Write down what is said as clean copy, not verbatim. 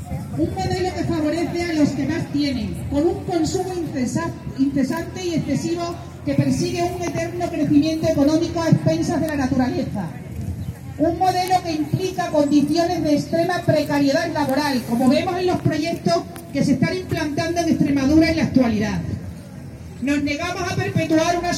Un modelo que favorece a los que más tienen, con un consumo incesante y excesivo que persigue un eterno crecimiento económico a expensas de la naturaleza. Un modelo que implica condiciones de extrema precariedad laboral, como vemos en los proyectos que se están implantando en Extremadura en la actualidad. Nos negamos a perpetuar una